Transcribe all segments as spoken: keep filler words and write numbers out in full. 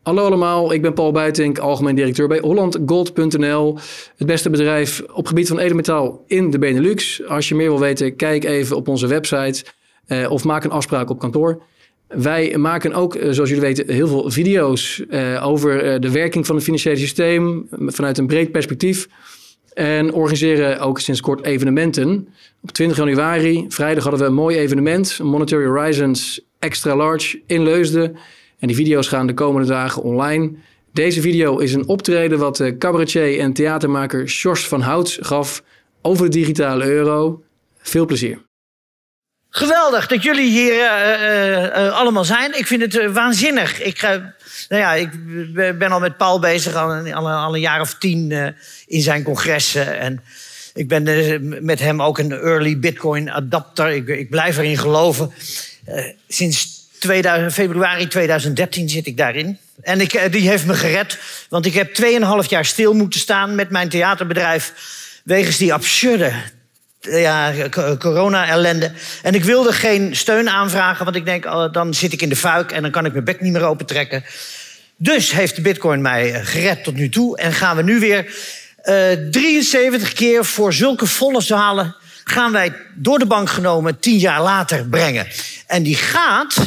Hallo allemaal, ik ben Paul Buitink, algemeen directeur bij holland gold punt n l. Het beste bedrijf op gebied van edelmetaal in de Benelux. Als je meer wil weten, kijk even op onze website uh, of maak een afspraak op kantoor. Wij maken ook, uh, zoals jullie weten, heel veel video's uh, over uh, de werking van het financiële systeem vanuit een breed perspectief. En organiseren ook sinds kort evenementen. Op twintig januari, vrijdag, hadden we een mooi evenement. Monetary Horizons Extra Large in Leusden. En die video's gaan de komende dagen online. Deze video is een optreden wat de cabaretier en theatermaker Sjors van Houts gaf over de digitale euro. Veel plezier. Geweldig dat jullie hier uh, uh, allemaal zijn. Ik vind het uh, waanzinnig. Ik, uh, nou ja, ik ben al met Paul bezig, al een, al een, al een jaar of tien uh, in zijn congressen. En ik ben uh, met hem ook een early Bitcoin adapter. Ik, ik blijf erin geloven. Uh, sinds tweeduizend, februari tweeduizend dertien zit ik daarin. En ik, uh, die heeft me gered. Want ik heb tweeënhalf jaar stil moeten staan met mijn theaterbedrijf wegens die absurde ja, corona-ellende. En ik wilde geen steun aanvragen, want ik denk, oh, dan zit ik in de fuik en dan kan ik mijn bek niet meer opentrekken. Dus heeft de Bitcoin mij gered tot nu toe. En gaan we nu weer uh, drieënzeventig keer voor zulke volle zalen gaan wij door de bank genomen tien jaar later brengen. En die gaat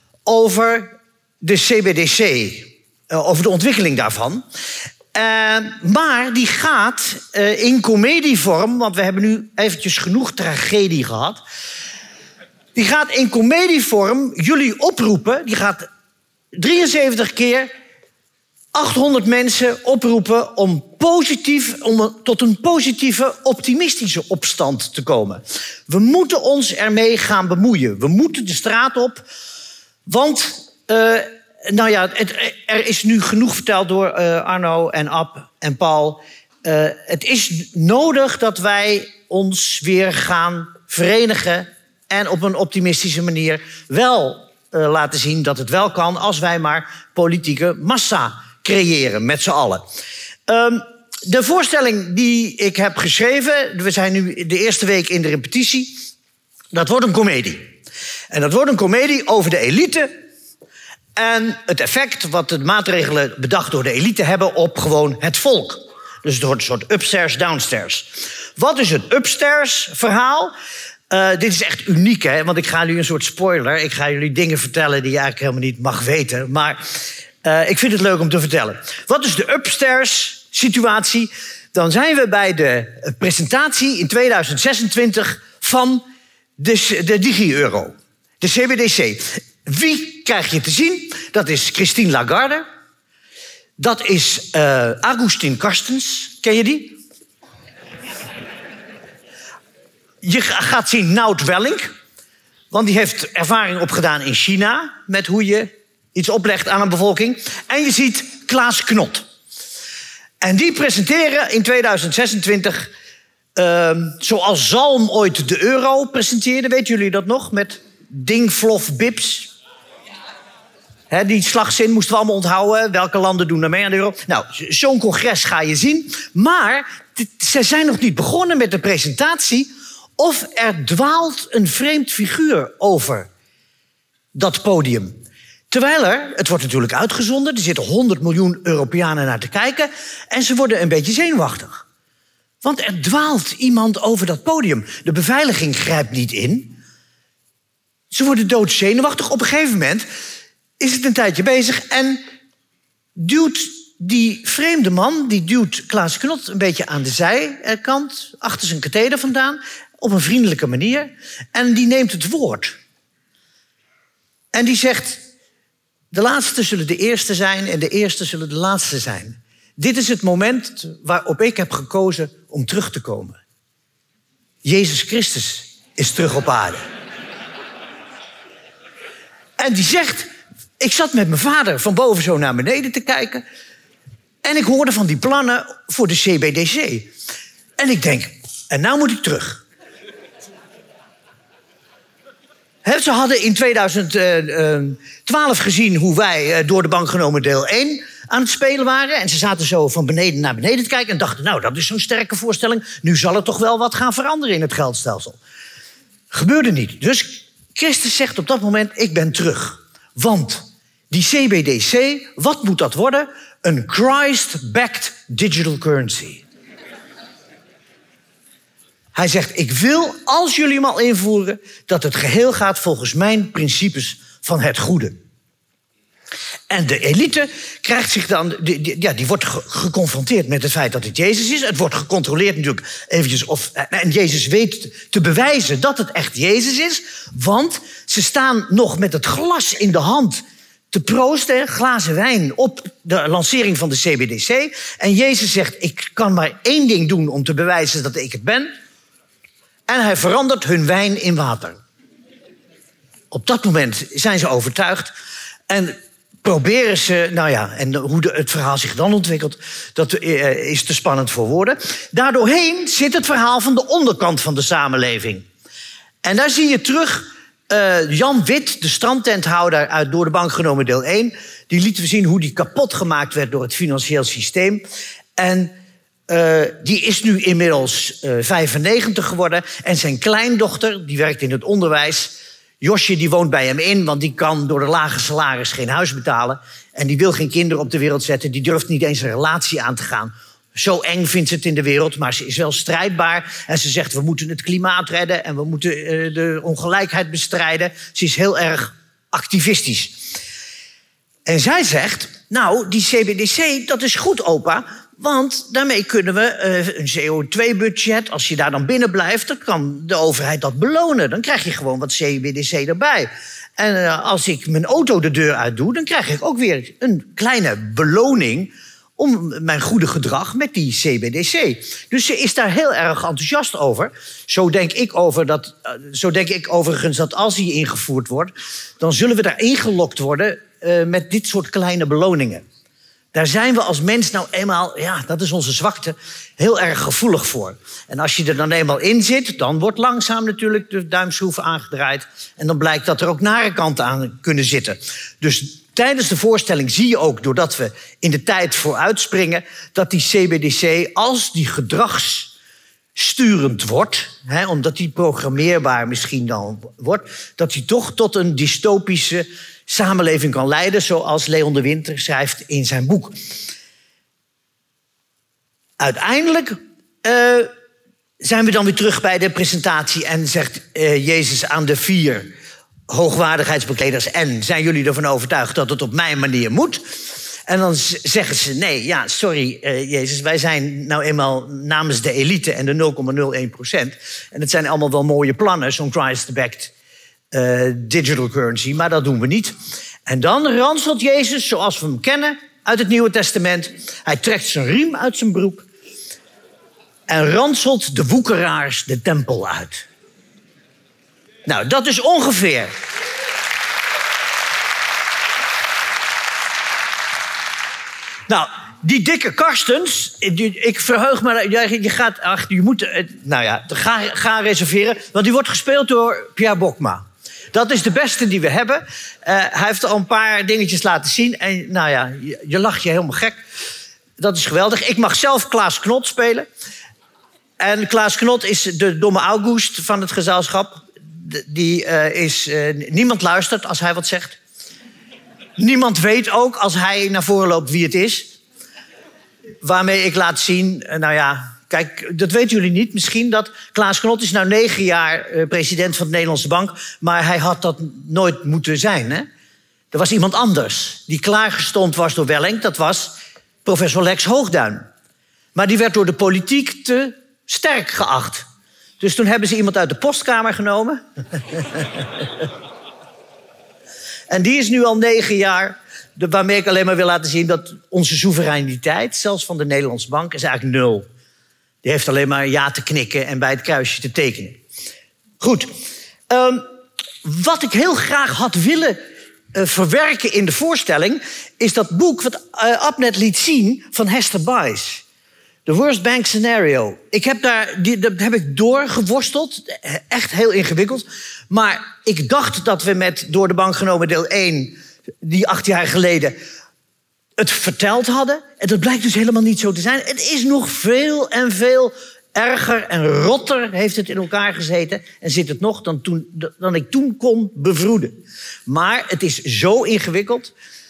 over de C B D C, uh, over de ontwikkeling daarvan. Uh, maar die gaat uh, in comedievorm, want we hebben nu eventjes genoeg tragedie gehad. Die gaat in comedievorm jullie oproepen. Die gaat drieënzeventig keer achthonderd mensen oproepen om positief, om tot een positieve, optimistische opstand te komen. We moeten ons ermee gaan bemoeien. We moeten de straat op, want Uh, nou ja, het, er is nu genoeg verteld door uh, Arno en Ab en Paul. Uh, het is nodig dat wij ons weer gaan verenigen en op een optimistische manier wel uh, laten zien dat het wel kan als wij maar politieke massa creëren met z'n allen. Um, de voorstelling die ik heb geschreven, we zijn nu de eerste week in de repetitie, dat wordt een komedie. En dat wordt een komedie over de elite en het effect wat de maatregelen bedacht door de elite hebben op gewoon het volk. Dus het wordt een soort upstairs, downstairs. Wat is het upstairs verhaal? Uh, dit is echt uniek, hè? Want ik ga jullie een soort spoiler. Ik ga jullie dingen vertellen die je eigenlijk helemaal niet mag weten. Maar uh, ik vind het leuk om te vertellen. Wat is de upstairs situatie? Dan zijn we bij de presentatie in tweeduizend zesentwintig van de, de digi-euro. De C B D C. Wie krijg je te zien? Dat is Christine Lagarde. Dat is uh, Agustin Carstens. Ken je die? Je gaat zien Nout Welling. Want die heeft ervaring opgedaan in China met hoe je iets oplegt aan een bevolking. En je ziet Klaas Knot. En die presenteren in tweeduizend zesentwintig... Uh, zoals Zalm ooit de euro presenteerde. Weten jullie dat nog? Met Ding, Flof, Bips. He, die slagzin moesten we allemaal onthouden. Welke landen doen er mee aan de euro? Nou, zo'n congres ga je zien. Maar ze zijn nog niet begonnen met de presentatie. Of er dwaalt een vreemd figuur over dat podium. Terwijl er, het wordt natuurlijk uitgezonden, er zitten honderd miljoen Europeanen naar te kijken. En ze worden een beetje zenuwachtig. Want er dwaalt iemand over dat podium. De beveiliging grijpt niet in. Ze worden doodzenuwachtig. Op een gegeven moment is het een tijdje bezig en duwt die vreemde man, die duwt Klaas Knot een beetje aan de zijkant, achter zijn katheder vandaan, op een vriendelijke manier. En die neemt het woord. En die zegt, de laatste zullen de eerste zijn en de eerste zullen de laatste zijn. Dit is het moment waarop ik heb gekozen om terug te komen. Jezus Christus is terug op aarde. En die zegt, ik zat met mijn vader van boven zo naar beneden te kijken. En ik hoorde van die plannen voor de C B D C. En ik denk, en nou moet ik terug. He, ze hadden in tweeduizend twaalf gezien hoe wij door de bank genomen deel één aan het spelen waren. En ze zaten zo van beneden naar beneden te kijken en dachten, nou, dat is zo'n sterke voorstelling. Nu zal er toch wel wat gaan veranderen in het geldstelsel. Gebeurde niet. Dus Christus zegt op dat moment, ik ben terug. Want Die C B D C, wat moet dat worden? Een Christ-backed digital currency. Hij zegt, ik wil, als jullie hem al invoeren, dat het geheel gaat volgens mijn principes van het goede. En de elite krijgt zich dan, die, die, ja, die wordt ge- geconfronteerd met het feit dat het Jezus is. Het wordt gecontroleerd natuurlijk eventjes of, en Jezus weet te bewijzen dat het echt Jezus is. Want ze staan nog met het glas in de hand te proosten, glazen wijn, op de lancering van de C B D C. En Jezus zegt, ik kan maar één ding doen om te bewijzen dat ik het ben. En hij verandert hun wijn in water. Op dat moment zijn ze overtuigd en proberen ze, nou ja, en hoe de, het verhaal zich dan ontwikkelt, dat uh, is te spannend voor woorden. Daardoorheen zit het verhaal van de onderkant van de samenleving. En daar zie je terug uh, Jan Wit, de strandtenthouder uit Door de Bank Genomen deel één. Die lieten we zien hoe die kapot gemaakt werd door het financieel systeem. En uh, die is nu inmiddels uh, vijfennegentig geworden. En zijn kleindochter, die werkt in het onderwijs. Josje die woont bij hem in, want die kan door de lage salaris geen huis betalen. En die wil geen kinderen op de wereld zetten. Die durft niet eens een relatie aan te gaan. Zo eng vindt ze het in de wereld, maar ze is wel strijdbaar. En ze zegt, we moeten het klimaat redden en we moeten uh, de ongelijkheid bestrijden. Ze is heel erg activistisch. En zij zegt, nou, die C B D C, dat is goed, opa. Want daarmee kunnen we uh, een C O twee budget, als je daar dan binnen blijft, dan kan de overheid dat belonen. Dan krijg je gewoon wat C B D C erbij. En uh, als ik mijn auto de deur uit doe, dan krijg ik ook weer een kleine beloning om mijn goede gedrag met die C B D C. Dus ze is daar heel erg enthousiast over. Zo denk ik, over dat, uh, zo denk ik overigens dat als die ingevoerd wordt, dan zullen we daar ingelokt worden uh, met dit soort kleine beloningen. Daar zijn we als mens nou eenmaal, ja, dat is onze zwakte, heel erg gevoelig voor. En als je er dan eenmaal in zit, dan wordt langzaam natuurlijk de duimschroef aangedraaid. En dan blijkt dat er ook nare kanten aan kunnen zitten. Dus tijdens de voorstelling zie je ook, doordat we in de tijd vooruitspringen, dat die C B D C, als die gedragssturend wordt, hè, omdat die programmeerbaar misschien dan wordt, dat die toch tot een dystopische samenleving kan leiden, zoals Leon de Winter schrijft in zijn boek. Uiteindelijk uh, zijn we dan weer terug bij de presentatie en zegt uh, Jezus aan de vier hoogwaardigheidsbekleders, en zijn jullie ervan overtuigd dat het op mijn manier moet? En dan zeggen ze, nee, ja, sorry uh, Jezus, wij zijn nou eenmaal namens de elite en de nul komma nul één procent. En het zijn allemaal wel mooie plannen, zo'n Christ-backed Uh, digital currency, maar dat doen we niet. En dan ranselt Jezus, zoals we hem kennen uit het Nieuwe Testament. Hij trekt zijn riem uit zijn broek en ranselt de woekeraars de tempel uit. Nou, dat is ongeveer. Nou, die dikke Karstens, ik verheug me, je gaat, ach, je moet, nou ja, ga, ga reserveren, want die wordt gespeeld door Pierre Bokma. Dat is de beste die we hebben. Uh, hij heeft al een paar dingetjes laten zien. En nou ja, je, je lacht je helemaal gek. Dat is geweldig. Ik mag zelf Klaas Knot spelen. En Klaas Knot is de domme August van het gezelschap. Die uh, is... Uh, niemand luistert als hij wat zegt. Niemand weet ook als hij naar voren loopt wie het is. Waarmee ik laat zien, uh, nou ja... Kijk, dat weten jullie niet. Misschien dat Klaas Knot is nou negen jaar uh, president van de Nederlandse Bank. Maar hij had dat nooit moeten zijn. Hè? Er was iemand anders die klaargestoomd was door Wellink. Dat was professor Lex Hoogduin. Maar die werd door de politiek te sterk geacht. Dus toen hebben ze iemand uit de postkamer genomen. En die is nu al negen jaar. Waarmee ik alleen maar wil laten zien dat onze soevereiniteit, zelfs van de Nederlandse Bank, is eigenlijk nul. Die heeft alleen maar ja te knikken en bij het kruisje te tekenen. Goed. Um, wat ik heel graag had willen uh, verwerken in de voorstelling, is dat boek wat uh, Abnet liet zien van Hester Buys. The Worst Bank Scenario. Ik heb daar, die, dat heb ik doorgeworsteld. Echt heel ingewikkeld. Maar ik dacht dat we met Door de Bank Genomen deel één, die acht jaar geleden, het verteld hadden. En dat blijkt dus helemaal niet zo te zijn. Het is nog veel en veel erger en rotter heeft het in elkaar gezeten. En zit het nog dan, toen, dan ik toen kon bevroeden. Maar het is zo ingewikkeld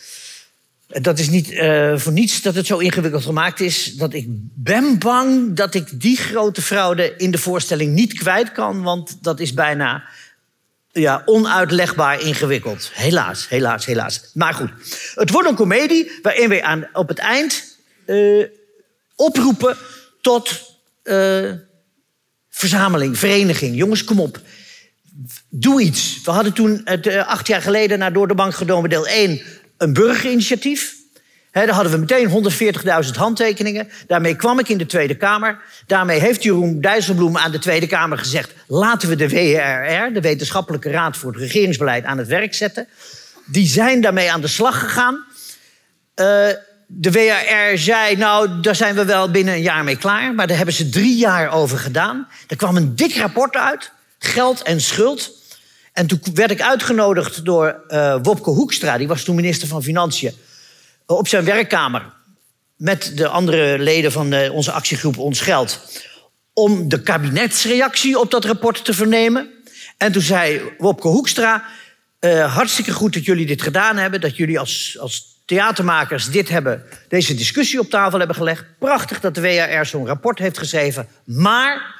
Dat is niet uh, voor niets dat het zo ingewikkeld gemaakt is. Dat ik ben bang dat ik die grote fraude in de voorstelling niet kwijt kan. Want dat is bijna ja, onuitlegbaar ingewikkeld. Helaas, helaas, helaas. Maar goed, het wordt een komedie waarin we aan, op het eind uh, oproepen tot uh, verzameling, vereniging. Jongens, kom op. Doe iets. We hadden toen het, uh, acht jaar geleden naar Door de Bank genomen deel één... een burgerinitiatief. He, daar hadden we meteen honderdveertigduizend handtekeningen. Daarmee kwam ik in de Tweede Kamer. Daarmee heeft Jeroen Dijsselbloem aan de Tweede Kamer gezegd... laten we de W R R, de Wetenschappelijke Raad voor het Regeringsbeleid, aan het werk zetten. Die zijn daarmee aan de slag gegaan. Uh, de W R R zei, nou, daar zijn we wel binnen een jaar mee klaar. Maar daar hebben ze drie jaar over gedaan. Er kwam een dik rapport uit. Geld en schuld. En toen werd ik uitgenodigd door uh, Wopke Hoekstra... die was toen minister van Financiën... op zijn werkkamer met de andere leden van de, onze actiegroep Ons Geld... om de kabinetsreactie op dat rapport te vernemen. En toen zei Wopke Hoekstra... Uh, hartstikke goed dat jullie dit gedaan hebben... dat jullie als, als theatermakers dit hebben, deze discussie op tafel hebben gelegd. Prachtig dat de W R R zo'n rapport heeft geschreven. Maar...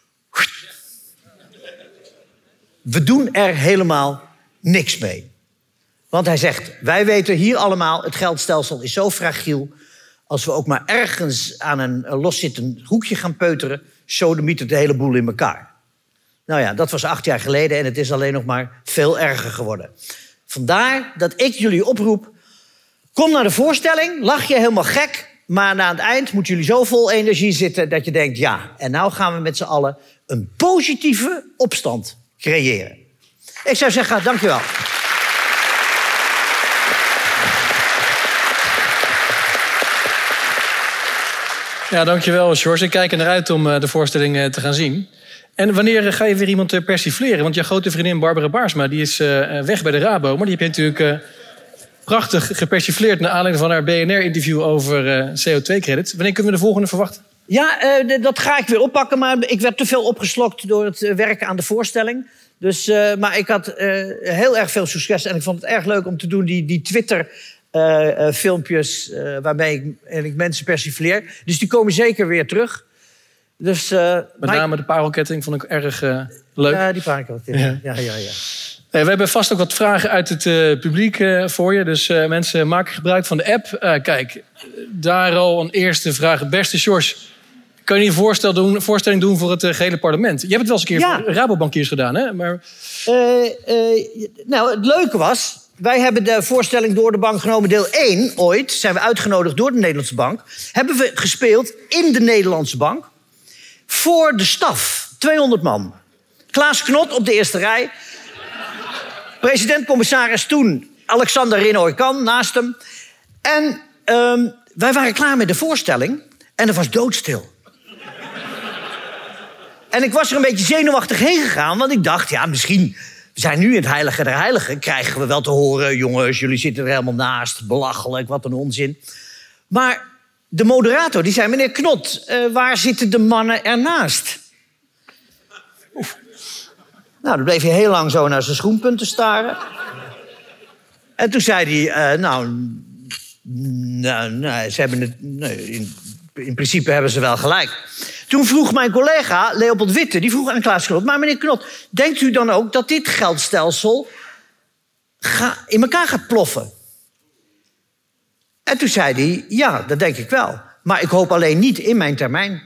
we doen er helemaal niks mee. Want hij zegt, wij weten hier allemaal... het geldstelsel is zo fragiel... als we ook maar ergens aan een loszittend hoekje gaan peuteren... sodemiet het de hele boel in elkaar. Nou ja, dat was acht jaar geleden... en het is alleen nog maar veel erger geworden. Vandaar dat ik jullie oproep... kom naar de voorstelling, lach je helemaal gek... maar na het eind moeten jullie zo vol energie zitten... dat je denkt, ja, en nou gaan we met z'n allen... een positieve opstand creëren. Ik zou zeggen, dankjewel. Ja, dankjewel, George. Ik kijk er naar uit om uh, de voorstelling uh, te gaan zien. En wanneer uh, ga je weer iemand uh, persifleren? Want jouw grote vriendin Barbara Baarsma die is uh, weg bij de Rabo. Maar die heb je natuurlijk uh, prachtig gepersifleerd... naar aanleiding van haar B N R-interview over uh, C O twee credits. Wanneer kunnen we de volgende verwachten? Ja, uh, dat ga ik weer oppakken. Maar ik werd te veel opgeslokt door het uh, werken aan de voorstelling. Dus, uh, maar ik had uh, heel erg veel succes. En ik vond het erg leuk om te doen, die, die Twitter-filmpjes... Uh, uh, waarmee ik, en ik mensen persifleer. Dus die komen zeker weer terug. Dus, uh, Met name ik... de parelketting vond ik erg uh, leuk. Ja, die parelketting. Ja, ja, ja. ja. We hebben vast ook wat vragen uit het uh, publiek uh, voor je. Dus uh, mensen, maken gebruik van de app. Uh, kijk, daar al een eerste vraag. Beste George, kan je een voorstel doen, voorstelling doen voor het uh, gehele parlement? Je hebt het wel eens een keer ja. voor Rabobankiers gedaan, hè? Maar... Uh, uh, nou, het leuke was... wij hebben de voorstelling Door de Bank genomen deel één ooit. Zijn we uitgenodigd door de Nederlandse Bank. Hebben we gespeeld in de Nederlandse Bank. Voor de staf. tweehonderd man. Klaas Knot op de eerste rij. President-commissaris toen Alexander Rinoy-Kan naast hem. En um, wij waren klaar met de voorstelling. En er was doodstil. En ik was er een beetje zenuwachtig heen gegaan. Want ik dacht, ja, misschien... we zijn nu in het heilige der heiligen. Krijgen we wel te horen, jongens, jullie zitten er helemaal naast. Belachelijk, wat een onzin. Maar de moderator, die zei... meneer Knot, uh, waar zitten de mannen ernaast? Oef. Nou, dan bleef hij heel lang zo naar zijn schoenpunten staren. En toen zei hij, uh, nou... nou, nou ze hebben het... Nee, in, in principe hebben ze wel gelijk. Toen vroeg mijn collega, Leopold Witte, die vroeg aan Klaas Knot... maar meneer Knot, denkt u dan ook dat dit geldstelsel ga, in elkaar gaat ploffen? En toen zei hij, ja, dat denk ik wel. Maar ik hoop alleen niet in mijn termijn.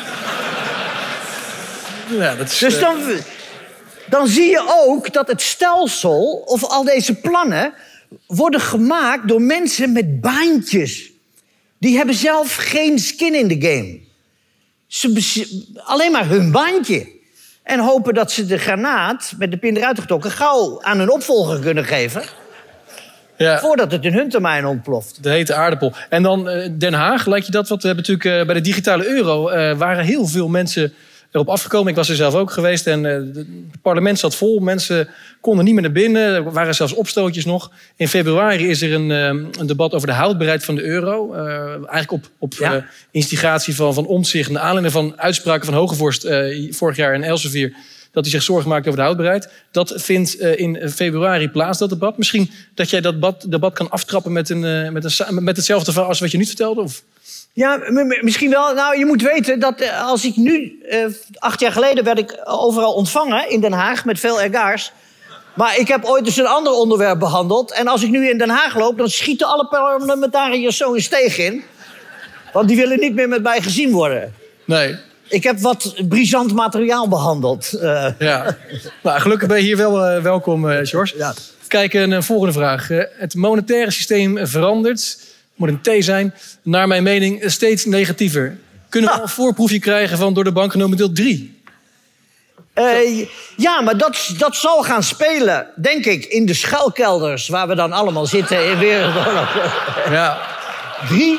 Ja, dat is, dus dan, dan zie je ook dat het stelsel, of al deze plannen... worden gemaakt door mensen met baantjes. Die hebben zelf geen skin in the game. Ze, alleen maar hun bandje. En hopen dat ze de granaat met de pin eruit getrokken... gauw aan hun opvolger kunnen geven. Ja. Voordat het in hun termijn ontploft. De hete aardappel. En dan uh, Den Haag, lijkt je dat? Want we hebben natuurlijk uh, bij de digitale euro... Uh, waren heel veel mensen erop afgekomen. Ik was er zelf ook geweest. En uh, het parlement zat vol. Mensen konden niet meer naar binnen. Er waren zelfs opstootjes nog. In februari is er een, uh, een debat over de houdbaarheid van de euro. Uh, eigenlijk op, op ja. uh, instigatie van, van Omtzigt... naar aanleiding van uitspraken van Hogevorst uh, vorig jaar in Elsevier... dat hij zich zorgen maakt over de houdbaarheid. Dat vindt uh, in februari plaats, dat debat. Misschien dat jij dat debat, debat kan aftrappen met, een, uh, met, een, met hetzelfde verhaal als wat je nu vertelde? Of? Ja, m- misschien wel. Nou, je moet weten dat uh, als ik nu... Uh, acht jaar geleden werd ik overal ontvangen in Den Haag met veel egaars. Maar ik heb ooit dus een ander onderwerp behandeld. En als ik nu in Den Haag loop, dan schieten alle parlementariërs zo een steeg in. Want die willen niet meer met mij gezien worden. Nee. Ik heb wat brisant materiaal behandeld. Uh. Ja. Nou, gelukkig ben je hier wel uh, welkom, uh, George. Ja. Kijk, een uh, volgende vraag. Uh, het monetaire systeem verandert, moet een T zijn, naar mijn mening steeds negatiever. Kunnen we Ah. al een voorproefje krijgen van door de bank genomen deel drie? Uh, ja, maar dat, dat zal gaan spelen, denk ik, in de schuilkelders... waar we dan allemaal zitten in Wereldoorlog Ja. drie.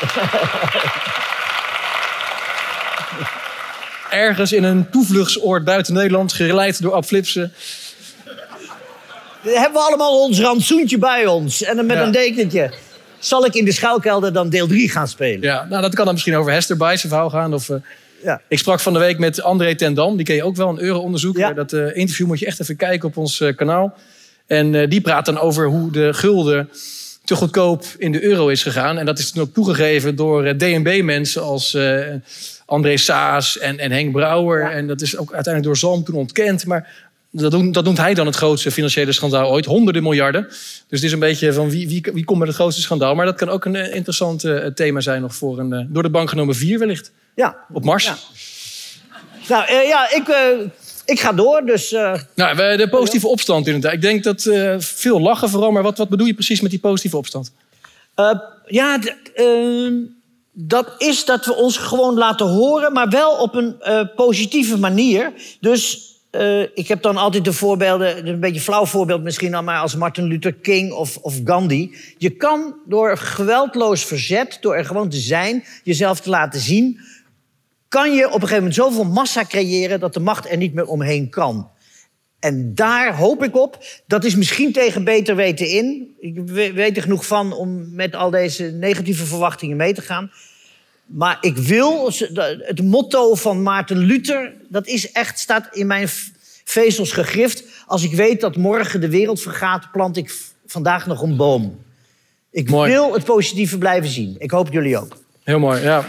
Ergens in een toevluchtsoord buiten Nederland, geleid door Ab Flipsen. Hebben we allemaal ons rantsoentje bij ons. En dan met Ja. een dekentje. Zal ik in de schuilkelder dan deel drie gaan spelen? Ja, nou, dat kan dan misschien over Hester Bijs' verhaal gaan. Of, uh, Ja. Ik sprak van de week met André ten Dam. Die ken je ook wel, een euro-onderzoeker. Ja. Dat uh, interview moet je echt even kijken op ons uh, kanaal. En uh, die praat dan over hoe de gulden te goedkoop in de euro is gegaan. En dat is toen ook toegegeven door uh, D N B-mensen als uh, André Saas en, en Henk Brouwer. Ja. En dat is ook uiteindelijk door Zalm toen ontkend. Maar dat, doen, dat noemt hij dan het grootste financiële schandaal ooit. Honderden miljarden. Dus het is een beetje van wie, wie, wie komt met het grootste schandaal. Maar dat kan ook een uh, interessant uh, thema zijn nog voor een uh, door de bank genomen vier wellicht. Ja. Op Mars. Ja. Nou, uh, ja, ik, uh, ik ga door, dus... Uh... Nou, we- de positieve opstand inderdaad. Ik denk dat uh, veel lachen vooral. Maar wat, wat bedoel je precies met die positieve opstand? Uh, ja, d- uh, dat is dat we ons gewoon laten horen... maar wel op een uh, positieve manier. Dus uh, ik heb dan altijd de voorbeelden... een beetje een flauw voorbeeld misschien dan... maar als Martin Luther King of, of Gandhi. Je kan door geweldloos verzet, door er gewoon te zijn... jezelf te laten zien... kan je op een gegeven moment zoveel massa creëren... dat de macht er niet meer omheen kan. En daar hoop ik op. Dat is misschien tegen beter weten in. Ik we- weet er genoeg van om met al deze negatieve verwachtingen mee te gaan. Maar ik wil... Het motto van Maarten Luther... dat is echt, staat in mijn v- vezels gegrift. Als ik weet dat morgen de wereld vergaat... plant ik v- vandaag nog een boom. Ik Mooi. wil het positieve blijven zien. Ik hoop jullie ook. Heel mooi, ja.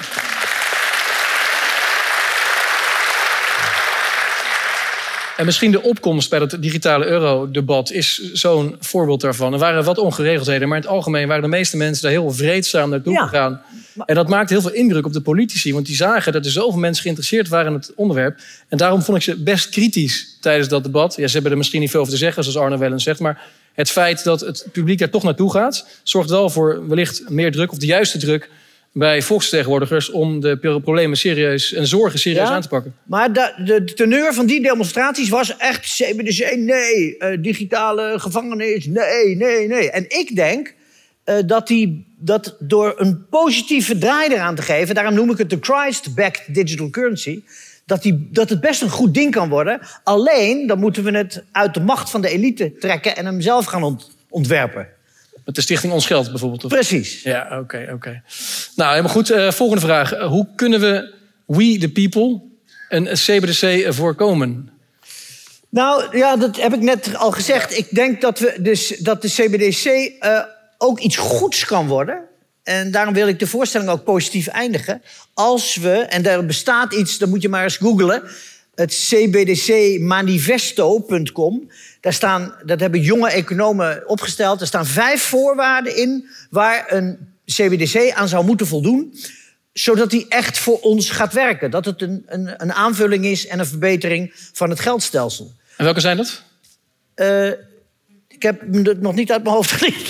En misschien de opkomst bij het digitale euro-debat is zo'n voorbeeld daarvan. Er waren wat ongeregeldheden, maar in het algemeen waren de meeste mensen daar heel vreedzaam naartoe Ja. gegaan. En dat maakte heel veel indruk op de politici, want die zagen dat er zoveel mensen geïnteresseerd waren in het onderwerp. En daarom vond ik ze best kritisch tijdens dat debat. Ja, ze hebben er misschien niet veel over te zeggen, zoals Arno wel eens zegt, maar het feit dat het publiek daar toch naartoe gaat, zorgt wel voor wellicht meer druk, of de juiste druk, bij volksvertegenwoordigers om de problemen serieus en zorgen serieus Ja? aan te pakken. Maar de, de teneur van die demonstraties was echt... C B D C, nee. Uh, digitale gevangenis, nee, nee, nee. En ik denk uh, dat, die, dat door een positieve draai eraan te geven... daarom noem ik het de Christ-backed digital currency... Dat, die, dat het best een goed ding kan worden. Alleen, dan moeten we het uit de macht van de elite trekken... en hem zelf gaan ont, ontwerpen. Met de stichting Ons Geld bijvoorbeeld? Of? Precies. Ja, oké, okay, oké. Okay. Nou, helemaal goed. Uh, volgende vraag. Uh, hoe kunnen we, we the people, een C B D C voorkomen? Nou, ja, dat heb ik net al gezegd. Ik denk dat, we dus, dat de C B D C uh, ook iets goeds kan worden. En daarom wil ik de voorstelling ook positief eindigen. Als we, en er bestaat iets, dan moet je maar eens googlen... het c b d c manifesto punt com. Daar staan, dat hebben jonge economen opgesteld. Er staan vijf voorwaarden in waar een C B D C aan zou moeten voldoen... zodat die echt voor ons gaat werken. Dat het een, een, een aanvulling is en een verbetering van het geldstelsel. En welke zijn dat? Uh, ik heb het nog niet uit mijn hoofd geleerd.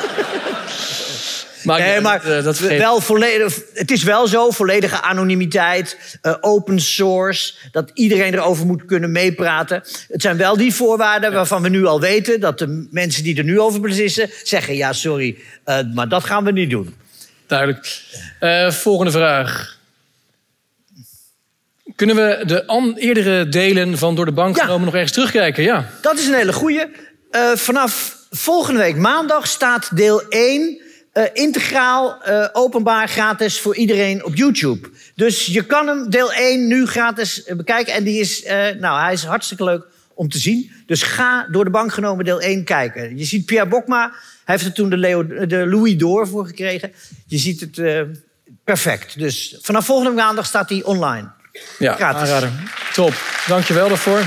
Maar, nee, maar uh, dat wel volledig, het is wel zo, volledige anonimiteit, uh, open source... dat iedereen erover moet kunnen meepraten. Het zijn wel die voorwaarden waarvan we nu al weten... dat de mensen die er nu over beslissen zeggen... ja, sorry, uh, maar dat gaan we niet doen. Duidelijk. Uh, volgende vraag. Kunnen we de an- eerdere delen van Door de Bank Ja. genomen nog ergens terugkijken? Ja. Dat is een hele goeie. Uh, vanaf volgende week maandag staat deel één... uh, integraal, uh, openbaar, gratis voor iedereen op YouTube. Dus je kan hem deel één nu gratis bekijken. En die is, uh, nou, hij is hartstikke leuk om te zien. Dus ga door de bank genomen deel één kijken. Je ziet Pierre Bokma, hij heeft er toen de, Leo, de Louis d'Or voor gekregen. Je ziet het uh, perfect. Dus vanaf volgende maandag staat hij online. Ja, gratis. Aanrader. Top, dankjewel daarvoor.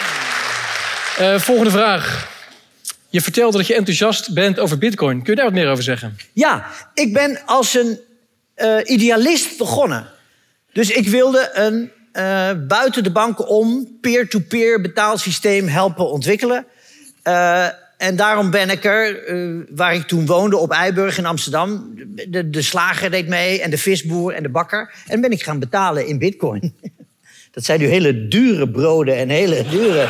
Uh, volgende vraag. Je vertelde dat je enthousiast bent over Bitcoin. Kun je daar wat meer over zeggen? Ja, ik ben als een uh, idealist begonnen. Dus ik wilde een uh, buiten de banken om peer-to-peer betaalsysteem helpen ontwikkelen. Uh, en daarom ben ik er, uh, waar ik toen woonde op Eiburg in Amsterdam... De, de slager deed mee en de visboer en de bakker. En ben ik gaan betalen in Bitcoin. Dat zijn nu hele dure broden en hele dure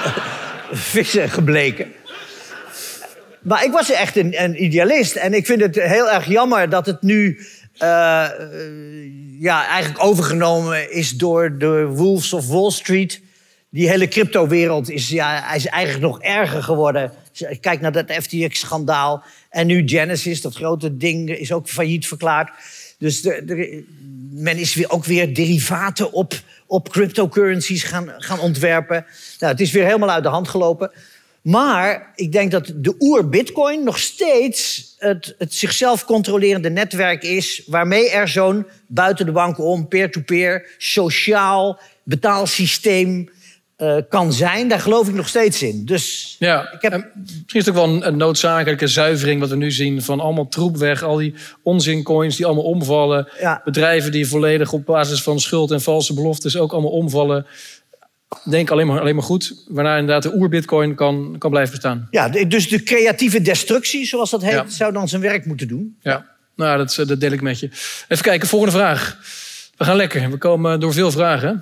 vissen gebleken. Maar ik was echt een, een idealist. En ik vind het heel erg jammer dat het nu uh, uh, ja, eigenlijk overgenomen is door de Wolves of Wall Street. Die hele cryptowereld is, ja, hij is eigenlijk nog erger geworden. Kijk naar dat F T X-schandaal. En nu Genesis, dat grote ding, is ook failliet verklaard. Dus de, de, men is weer, ook weer derivaten op, op cryptocurrencies gaan, gaan ontwerpen. Nou, het is weer helemaal uit de hand gelopen. Maar ik denk dat de oer-Bitcoin nog steeds het, het zichzelf controlerende netwerk is... waarmee er zo'n buiten de banken om, peer-to-peer, sociaal betaalsysteem uh, kan zijn. Daar geloof ik nog steeds in. Dus ja, ik heb... misschien is het ook wel een, een noodzakelijke zuivering wat we nu zien... van allemaal troep weg, al die onzincoins die allemaal omvallen. Ja. Bedrijven die volledig op basis van schuld en valse beloftes ook allemaal omvallen... Denk alleen maar, alleen maar goed, waarna inderdaad de oer-Bitcoin kan, kan blijven bestaan. Ja, dus de creatieve destructie, zoals dat heet, ja. zou dan zijn werk moeten doen. Ja, nou, dat, dat deel ik met je. Even kijken, volgende vraag. We gaan lekker, we komen door veel vragen.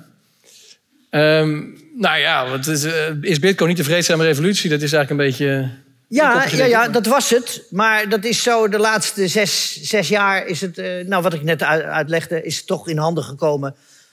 Um, nou ja, wat is, uh, is Bitcoin niet de vreedzame revolutie? Dat is eigenlijk een beetje... Ja, ja, ja, dat was het. Maar dat is zo de laatste zes, zes jaar is het... Uh, nou, wat ik net uitlegde, is het toch in handen gekomen...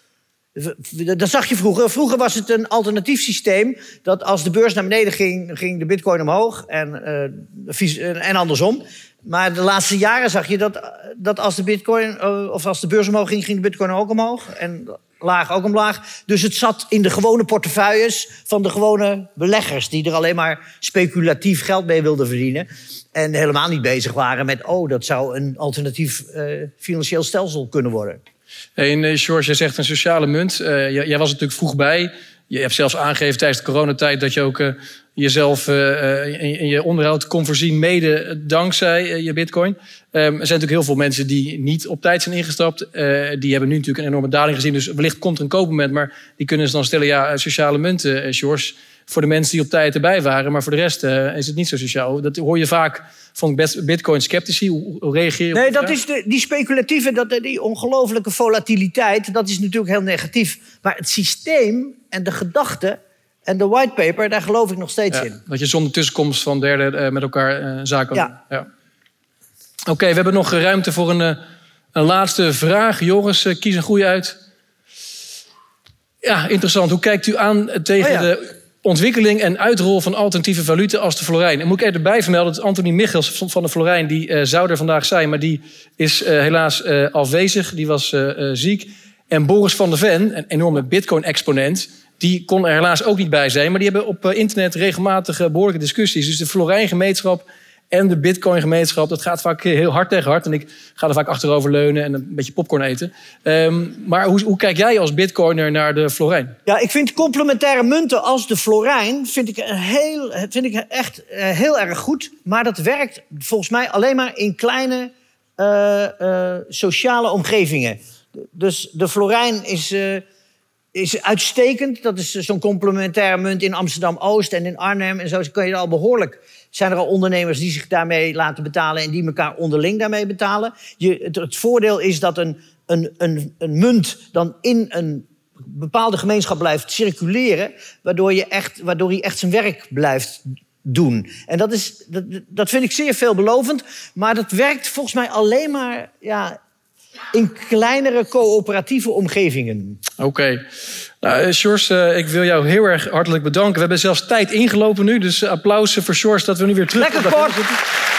Dat zag je vroeger. Vroeger was het een alternatief systeem... dat als de beurs naar beneden ging, ging de bitcoin omhoog... en, uh, en andersom. Maar de laatste jaren zag je dat, dat als de bitcoin... Uh, of als de beurs omhoog ging, ging de bitcoin ook omhoog. En laag ook omlaag. Dus het zat in de gewone portefeuilles van de gewone beleggers... die er alleen maar speculatief geld mee wilden verdienen... en helemaal niet bezig waren met... oh, dat zou een alternatief uh, financieel stelsel kunnen worden. En uh, George, jij zegt een sociale munt. Uh, jij, jij was er natuurlijk vroeg bij. Je hebt zelfs aangegeven tijdens de coronatijd... dat je ook uh, jezelf uh, in, in je onderhoud kon voorzien... mede dankzij uh, je bitcoin. Um, er zijn natuurlijk heel veel mensen die niet op tijd zijn ingestapt. Uh, die hebben nu natuurlijk een enorme daling gezien. Dus wellicht komt er een koopmoment. Maar die kunnen ze dan stellen, ja, sociale munten, uh, George... voor de mensen die op tijd erbij waren. Maar voor de rest uh, is het niet zo sociaal. Dat hoor je vaak van Bitcoin-sceptici. Hoe, hoe reageer je op Nee, dat? dat is de, die speculatieve, dat, die ongelofelijke volatiliteit... dat is natuurlijk heel negatief. Maar het systeem en de gedachte en de whitepaper... daar geloof ik nog steeds ja, in. Dat je zonder tussenkomst van derden uh, met elkaar uh, zaken... Ja. ja. Oké, okay, we hebben nog ruimte voor een, uh, een laatste vraag. Joris, uh, kies een goede uit. Ja, interessant. Hoe kijkt u aan tegen oh ja. de... ontwikkeling en uitrol van alternatieve valuta als de florijn. En moet ik erbij vermelden dat Anthony Michels van de florijn... die uh, zou er vandaag zijn, maar die is uh, helaas uh, afwezig. Die was uh, uh, ziek. En Boris van der Ven, een enorme bitcoin-exponent... die kon er helaas ook niet bij zijn. Maar die hebben op uh, internet regelmatig uh, behoorlijke discussies. Dus de florijn-gemeenschap en de bitcoin-gemeenschap... dat gaat vaak heel hard tegen hard. En ik ga er vaak achterover leunen en een beetje popcorn eten. Um, maar hoe, hoe kijk jij als bitcoiner naar de florijn? Ja, ik vind complementaire munten als de florijn... vind ik, heel, vind ik echt uh, heel erg goed. Maar dat werkt volgens mij alleen maar in kleine uh, uh, sociale omgevingen. Dus de florijn is... Uh, is uitstekend. Dat is zo'n complementaire munt in Amsterdam-Oost en in Arnhem. En zo kan je al behoorlijk... zijn er al ondernemers die zich daarmee laten betalen... en die elkaar onderling daarmee betalen. Je, het, het voordeel is dat een, een, een, een munt dan in een bepaalde gemeenschap blijft circuleren... waardoor, je echt, waardoor hij echt zijn werk blijft doen. En dat, is, dat, dat vind ik zeer veelbelovend. Maar dat werkt volgens mij alleen maar... Ja, in kleinere coöperatieve omgevingen. Oké. Okay. Nou, George, uh, ik wil jou heel erg hartelijk bedanken. We hebben zelfs tijd ingelopen nu, dus applaus voor George dat we nu weer terug... Lekker kort!